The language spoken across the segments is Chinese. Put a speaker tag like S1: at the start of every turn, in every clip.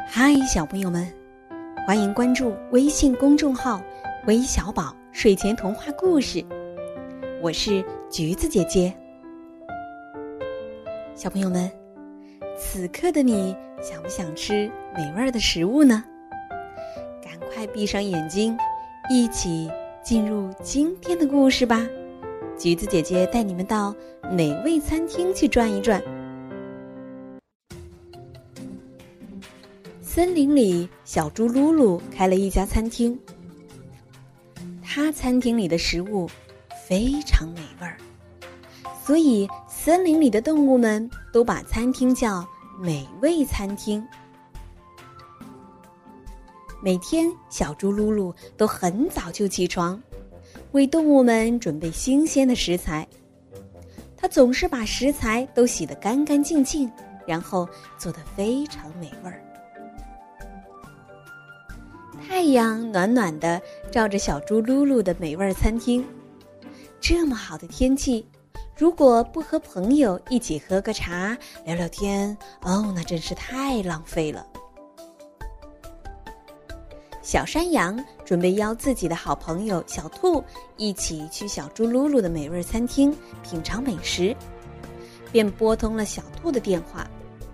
S1: 嗨，小朋友们，欢迎关注微信公众号“微小宝睡前童话故事”，我是橘子姐姐。小朋友们，此刻的你想不想吃美味的食物呢？赶快闭上眼睛，一起进入今天的故事吧。橘子姐姐带你们到美味餐厅去转一转。森林里，小猪噜噜开了一家餐厅。他餐厅里的食物非常美味儿，所以森林里的动物们都把餐厅叫美味餐厅。每天，小猪噜噜都很早就起床，为动物们准备新鲜的食材。他总是把食材都洗得干干净净，然后做得非常美味儿。太阳暖暖地照着小猪噜噜的美味餐厅。这么好的天气，如果不和朋友一起喝个茶聊聊天，那真是太浪费了。小山羊准备邀自己的好朋友小兔一起去小猪噜噜的美味餐厅品尝美食，便拨通了小兔的电话。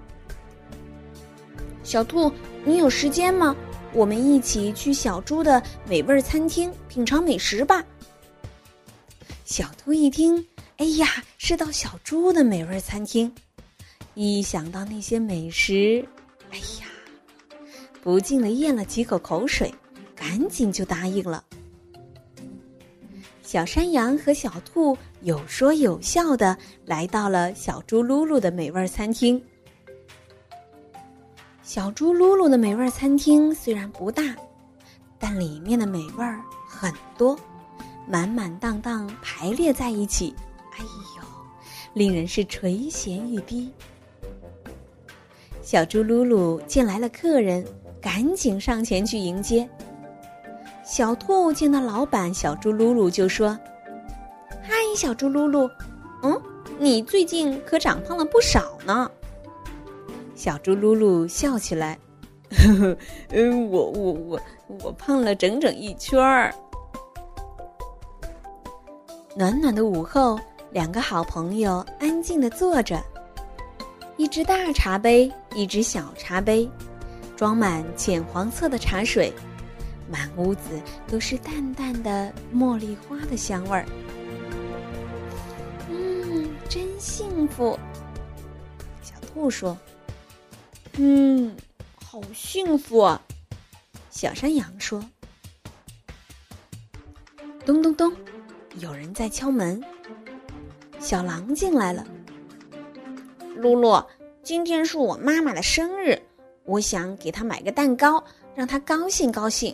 S1: 小兔，你有时间吗？我们一起去小猪的美味餐厅品尝美食吧。小兔一听，哎呀，是到小猪的美味餐厅，一想到那些美食，哎呀，不禁地咽了几口口水，赶紧就答应了。小山羊和小兔有说有笑地来到了小猪噜噜的美味餐厅。小猪噜噜的美味餐厅虽然不大，但里面的美味很多，满满当当排列在一起，哎呦，令人是垂涎欲滴。小猪噜噜见来了客人，赶紧上前去迎接。小兔见到老板小猪噜噜就说：“嗨，小猪噜噜，你最近可长胖了不少呢。”小猪噜噜笑起来，我胖了整整一圈儿。暖暖的午后，两个好朋友安静地坐着，一只大茶杯，一只小茶杯，装满浅黄色的茶水，满屋子都是淡淡的茉莉花的香味儿。真幸福。小兔说。好幸福啊！小山羊说。咚咚咚，有人在敲门。小狼进来了。噜噜，今天是我妈妈的生日，我想给她买个蛋糕，让她高兴高兴。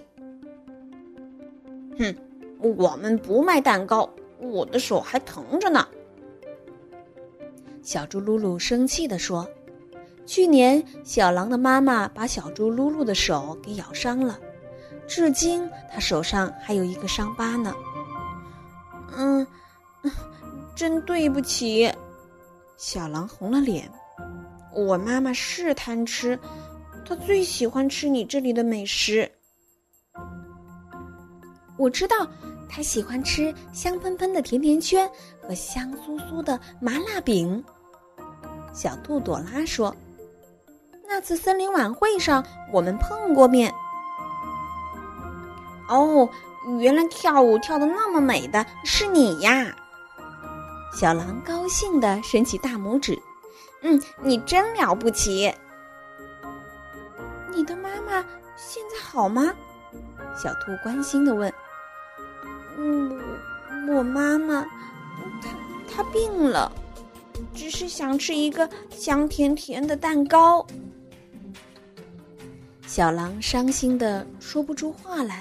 S1: 我们不卖蛋糕，我的手还疼着呢。小猪噜噜生气地说。去年，小狼的妈妈把小猪噜噜的手给咬伤了，至今她手上还有一个伤疤呢。真对不起。小狼红了脸。我妈妈是贪吃，她最喜欢吃你这里的美食。我知道，她喜欢吃香喷喷的甜甜圈和香酥酥的麻辣饼。小兔朵拉说。那次森林晚会上，我们碰过面。原来跳舞跳得那么美的是你呀！小狼高兴地伸起大拇指。你真了不起。你的妈妈现在好吗？小兔关心地问。我妈妈，她病了，只是想吃一个香甜甜的蛋糕。小狼伤心地说不出话来。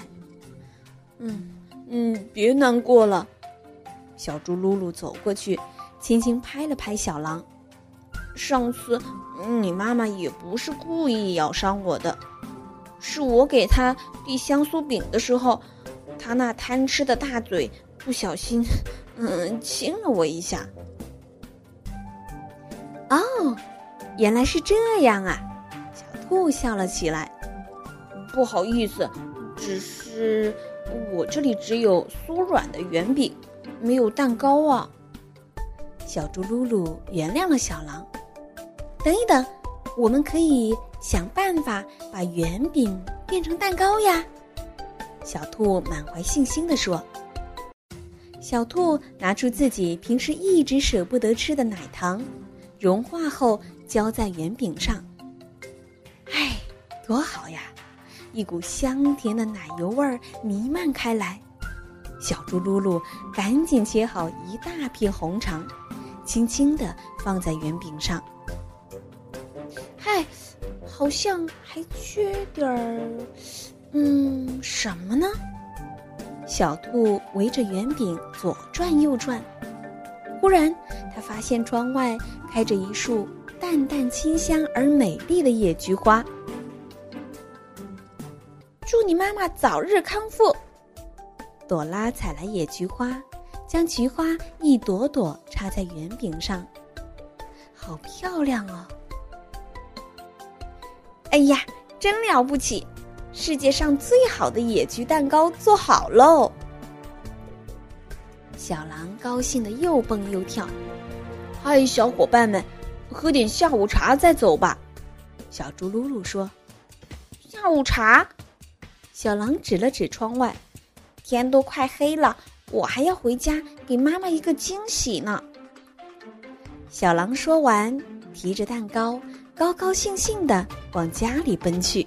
S1: 别难过了。小猪噜噜走过去，轻轻拍了拍小狼。上次你妈妈也不是故意咬伤我的，是我给她递香酥饼的时候，她那贪吃的大嘴不小心亲了我一下。原来是这样啊！小兔笑了起来。不好意思，只是我这里只有酥软的圆饼，没有蛋糕啊。小猪噜噜原谅了小狼。等一等，我们可以想办法把圆饼变成蛋糕呀。小兔满怀信心地说。小兔拿出自己平时一直舍不得吃的奶糖，融化后浇在圆饼上。哎，多好呀！一股香甜的奶油味儿弥漫开来。小猪噜噜赶紧切好一大片红肠，轻轻地放在圆饼上。嗨，好像还缺点儿，什么呢？小兔围着圆饼左转右转，忽然他发现窗外开着一束淡淡清香而美丽的野菊花。祝你妈妈早日康复！朵拉采来野菊花，将菊花一朵朵插在圆饼上，好漂亮哦！哎呀，真了不起！世界上最好的野菊蛋糕做好喽！小狼高兴得又蹦又跳。嗨，小伙伴们，喝点下午茶再走吧。小猪噜噜说。下午茶？小狼指了指窗外，天都快黑了，我还要回家给妈妈一个惊喜呢。小狼说完，提着蛋糕，高高兴兴地往家里奔去。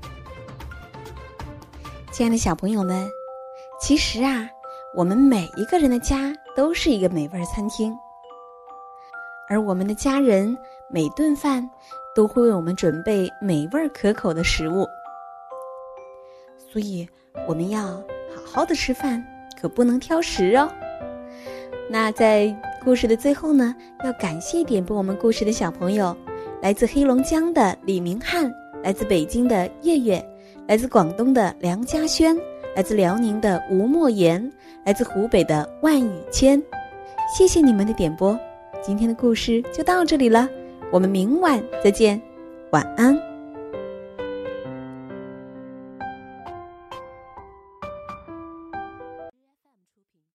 S1: 亲爱的小朋友们，其实啊，我们每一个人的家都是一个美味餐厅，而我们的家人每顿饭都会为我们准备美味可口的食物，所以我们要好好的吃饭，可不能挑食哦。那在故事的最后呢，要感谢点播我们故事的小朋友，来自黑龙江的李明翰，来自北京的月月，来自广东的梁家轩，来自辽宁的吴莫言，来自湖北的万雨谦。谢谢你们的点播，今天的故事就到这里了，我们明晚再见，晚安。